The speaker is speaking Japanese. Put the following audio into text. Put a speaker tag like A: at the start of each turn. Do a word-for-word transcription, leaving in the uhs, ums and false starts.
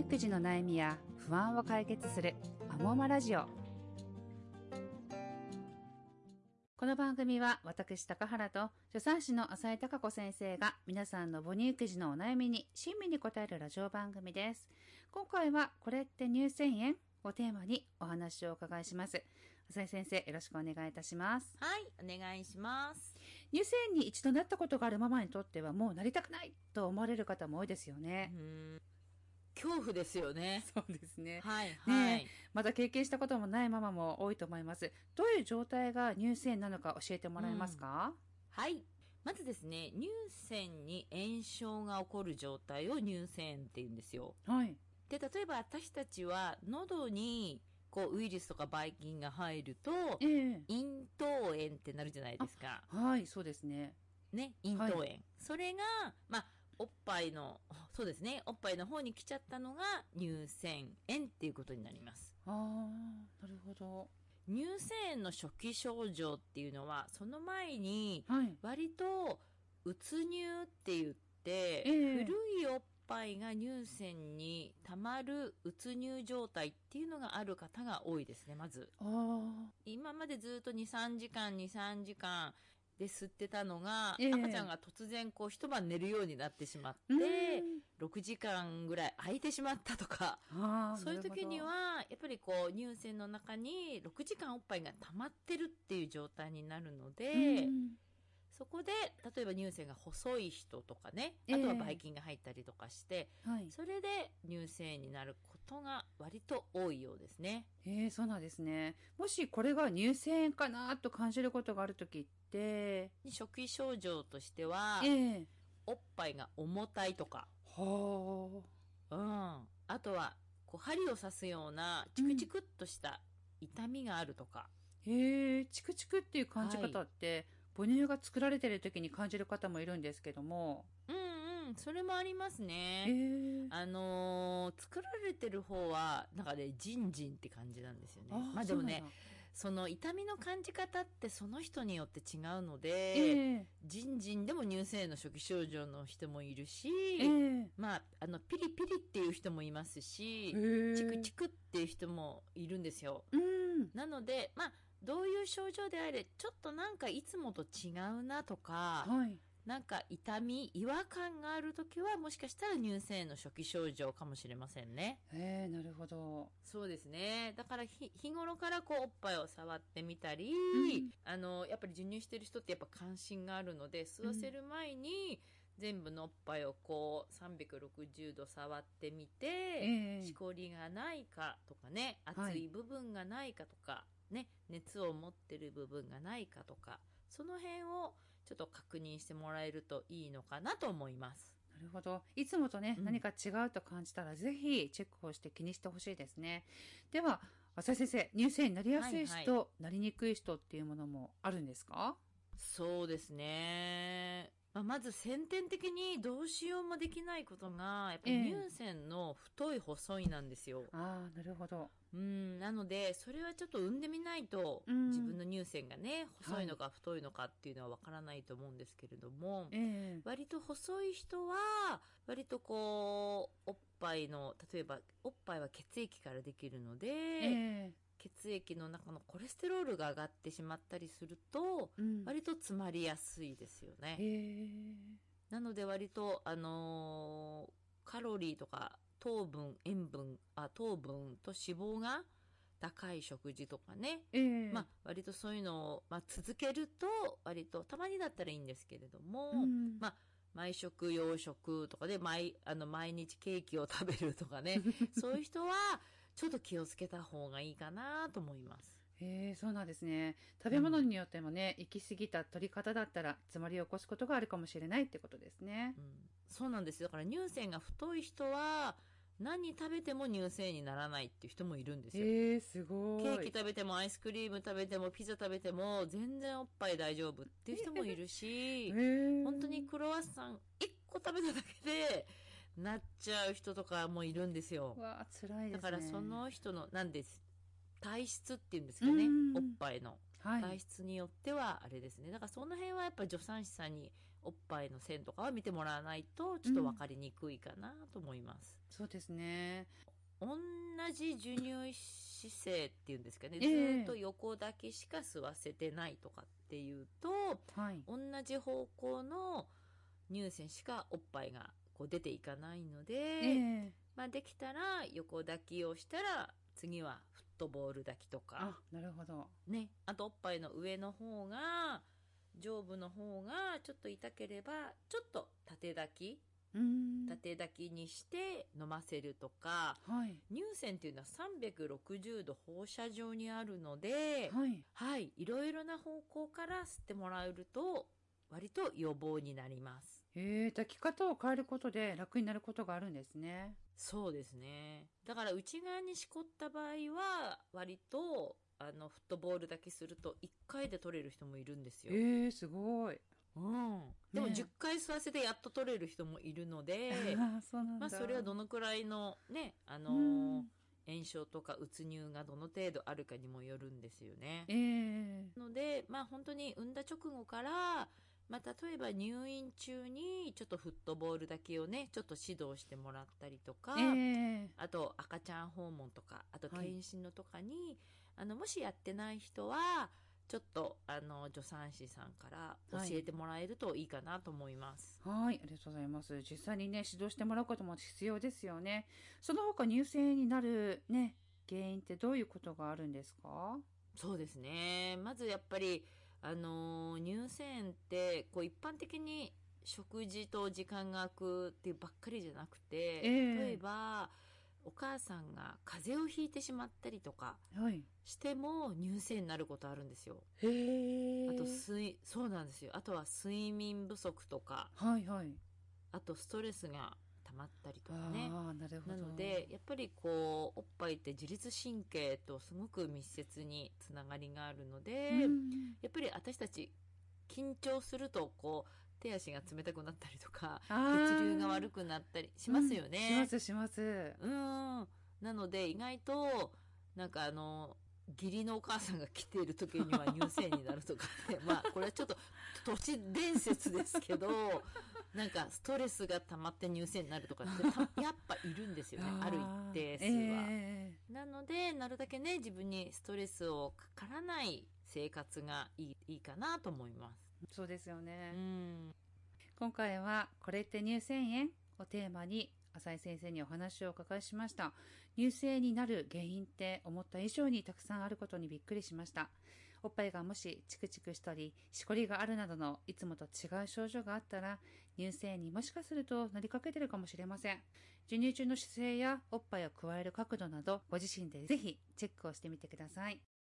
A: 育児の悩みや不安を解決するアモマラジオ。この番組は私高原と助産師の浅井貴子先生が皆さんの母乳育児のお悩みに親身に答えるラジオ番組です。今回はこれって乳腺炎をテーマにお話をお伺いします。浅井先生、よろしくお願いいたします。
B: はい、お願いします。
A: 乳腺炎に一度なったことがあるママにとってはもうなりたくないと思われる方も多いですよね。
B: うーん、恐怖ですよね。
A: そうですね。
B: はいはい。
A: ねえ、まだ経験したこともないママも多いと思います。どういう状態が乳腺炎なのか教えてもらえますか？
B: うん、はい。まずですね、乳腺に炎症が起こる状態を乳腺炎って言うんですよ。
A: はい。
B: で、例えば私たちは喉にこうウイルスとかばい菌が入ると、
A: ええ、
B: 咽頭炎ってなるじゃないですか。
A: はい、そうですね。
B: ね、咽頭炎。
A: はい、
B: それが、まあ、おっぱいの、そうですね、おっぱいの方に来ちゃったのが乳腺炎っていうことになります。
A: ああ、なるほど。
B: 乳腺炎の初期症状っていうのは、その前に、
A: はい。
B: 割と、うつ乳って言って、
A: ええ、
B: 古いおっぱいが乳腺に溜まるうつ乳状態っていうのがある方が多いですね、まず。
A: ああ、
B: 今までずっとに、さんじかん、に、さんじかんで吸ってたのが、
A: ええ、
B: 赤ちゃんが突然こう一晩寝るようになってしまっ
A: う
B: て、
A: ーん、
B: ろくじかんぐらい空いてしまったとか、
A: ああ、
B: そういう時に
A: なる
B: は、やっぱりこう乳腺の中にろくじかんおっぱいが溜まってるっていう状態になるの
A: ほど。う
B: で、
A: ーん、
B: そこで、例えば乳腺が細い人とかね、
A: ええ、
B: あとはばい菌が入ったりとかして、
A: はい。
B: それで乳腺炎になることが割と多いようですね。
A: ええ、そうなんですね。もしこれが乳腺炎かなと感じることがあるときって、
B: 初期症状としては、
A: ええ、
B: おっぱいが重たいとか、
A: はあ、
B: うん。あとは、こう、針を刺すような、チクチクっとした痛みがあるとか。
A: へえ、チクチクっていう感じ
B: はい。
A: 方って、母乳が作られてる時に感じる方もいるんですけども。
B: うんうん、それもあります
A: え
B: ね。
A: え、
B: あのー作られてる方は、なんかね、ジンジンって感じなんですよね。
A: ああ、
B: まあでもね、
A: そうなんだ。
B: その痛みの感じ方ってその人によって違うの
A: え
B: で、
A: え、
B: ジンジンでも乳腺炎の初期症状の人もいるし、
A: ええ、
B: まあ、あの、ピリピリっていう人もいますし、
A: へ
B: チクチ
A: え、
B: クっていう人もいるんですよ。
A: うん、
B: なので、まあ、どういう症状であれ、ちょっとなんかいつもと違うなとか、
A: はい。
B: なんか痛み、違和感があるときは、もしかしたら乳腺炎の初期症状かもしれませんね。
A: ええ、なるほど。
B: そうですね。だから日、日頃からこう、おっぱいを触ってみたり、
A: うん、
B: あの、やっぱり授乳してる人ってやっぱ関心があるので、吸わせる前に、全部のおっぱいをこう、さんびゃくろくじゅうど触ってみて、
A: ええ、
B: しこりがないかとかね、熱い
A: はい。
B: 部分がないかとか、ね、熱を持ってる部分がないかとか、その辺をちょっと確認してもらえるといいのかなと思います。
A: なるほど。いつもとね、
B: うん。
A: 何か違うと感じたら、ぜひチェックをして気にしてほしいですね。では、浅井先生、乳腺炎になりやすい
B: はいはい。
A: 人、なりにくい人っていうものもあるんですか？
B: そうですね。まあ、まず先天的にどうしようもできないことが、やっぱ
A: ええ。
B: り乳腺の太い細いなんですよ。
A: ああ、なるほど。
B: うん、なので、それはちょっと産んでみないと、
A: うん。
B: 自分の乳腺がね、細いの
A: はい。
B: か太いのかっていうのはわからないと思うんですけれども、
A: ええ。
B: 割と細い人は、割とこう、おっぱいの、例えば、おっぱいは血液からできるの
A: え
B: で、
A: え。
B: 血液の中のコレステロールが上がってしまったりすると、
A: うん。
B: 割と詰まりやすいですよ
A: へ
B: ね。
A: え。
B: なので割と、あのーカロリーとか糖分、塩分、あ、糖分と脂肪が高い食事とかね。
A: ええ。
B: まあ、割とそういうのを、まあ、続けると、割と、たまにだったらいいんですけれども、
A: うん。
B: まあ、毎食、洋食とかで、毎、あの、毎日ケーキを食べるとかね。そういう人は、ちょっと気をつけた方がいいかなと思います。
A: へえ、そうなんですね。食べ物
B: うん。
A: によってもね、行き過ぎた取り方だったら、詰まりを起こすことがあるかもしれないってことですね。
B: うん、そうなんですよ。だから乳腺が太い人は、何食べても乳腺にならないっていう人もいるんですよ。
A: へえ、す
B: ケー
A: ごい。
B: キ食べてもアイスクリーム食べてもピザ食べても全然おっぱい大丈夫っていう人もいる
A: へ
B: し、本当に
A: え。
B: クロワッサンいっこ食べただけでなっちゃう人とかもいるんですよ。
A: わあ、辛いです
B: だからそ
A: ね。
B: の人の、なんです。体質っていうんです
A: う
B: かね。おっ
A: ん。
B: ぱいの。
A: はい。
B: 体質によってはあれですね。だからその辺はやっぱ助産師さんにおっぱいの線とかは見てもらわないとちょっと分かりにくいかなと思います。
A: そうですね。
B: 同じ授乳姿勢っていうんですかね、
A: ええ
B: ずっと横抱きしか吸わせてないとかっていうと、
A: はい。
B: 同じ方向の乳腺しかおっぱいがこう出ていかないので、
A: ええ
B: まあ、できたら横抱きをしたら次はフットボール抱きとか、
A: あ、なるほど。
B: ね、あとおっぱいの上の方が上部の方がちょっと痛ければちょっと縦抱き
A: うーん。
B: 縦抱きにして飲ませるとか、
A: はい。
B: 乳腺っていうのはさんびゃくろくじゅうど放射状にあるので、
A: はい。
B: はい、いろいろな方向から吸ってもらえると割と予防になります。
A: へえ、抱き方を変えることで楽になることがあるんですね。
B: そうですね。だから内側にしこった場合は割とあのフットボール抱きするといっかいで取れる人もいるんですよ。
A: ええ、すごい。
B: うん、でも
A: ねえ
B: じゅっかい吸わせてやっと取れる人もいるので、
A: ああ、そうなんだ。
B: まあそれはどのくらいのね、あのー
A: うん
B: 炎症とかうつ乳がどの程度あるかにもよるんですよね。
A: ええ
B: ので、まあ本当に産んだ直後から、まあ例えば入院中にちょっとフットボールだけをね、ちょっと指導してもらったりとか、
A: ええ
B: あと赤ちゃん訪問とか、あと
A: はい
B: 検診のとかに、あのもしやってない人は、ちょっとあの助産師さんから教えてもらえるといいかなと思います。
A: はい、ありがとうございます。実際にね、指導してもらうことも必要ですよね。その他乳腺になるね、原因ってどういうことがあるんですか？
B: そうですね。まずやっぱり、あのー乳腺ってこう一般的に食事と時間が空くっていうばっかりじゃなくて、
A: ええ
B: 例えばお母さんが風邪をひいてしまったりとか
A: はい。
B: しても乳腺になることあるんですよ。
A: へえ。
B: あと睡そうなんですよ。あとは睡眠不足とか、
A: はいはい。
B: あとストレスが溜まったりとかね。
A: ああ、なるほ
B: な
A: ど。
B: のでやっぱりこうおっぱいって自律神経とすごく密接につながりがあるので、
A: うん
B: やっぱり私たち緊張するとこう手足が冷たくなったりとか
A: あー
B: 血流が悪くなったりしますよ
A: うんし
B: ね。
A: ますします。
B: うんなので意外となんかあの義理のお母さんが来ている時には乳腺になるとかってまあこれはちょっと都市伝説ですけどなんかストレスが溜まって乳腺になるとかってたやっぱいるんですよねある一定数は。
A: え
B: なのでなるだけね自分にストレスをかからない生活がいい、いいかなと思います。
A: えそうですよね。
B: うん
A: 今回はこれって乳腺炎をテーマに浅井先生にお話をお伺いしました。乳腺になる原因って思った以上にたくさんあることにびっくりしました。おっぱいがもしチクチクしたりしこりがあるなどのいつもと違う症状があったら乳腺炎にもしかするとなりかけてるかもしれません。授乳中の姿勢やおっぱいを加える角度などご自身でぜひチェックをしてみてください。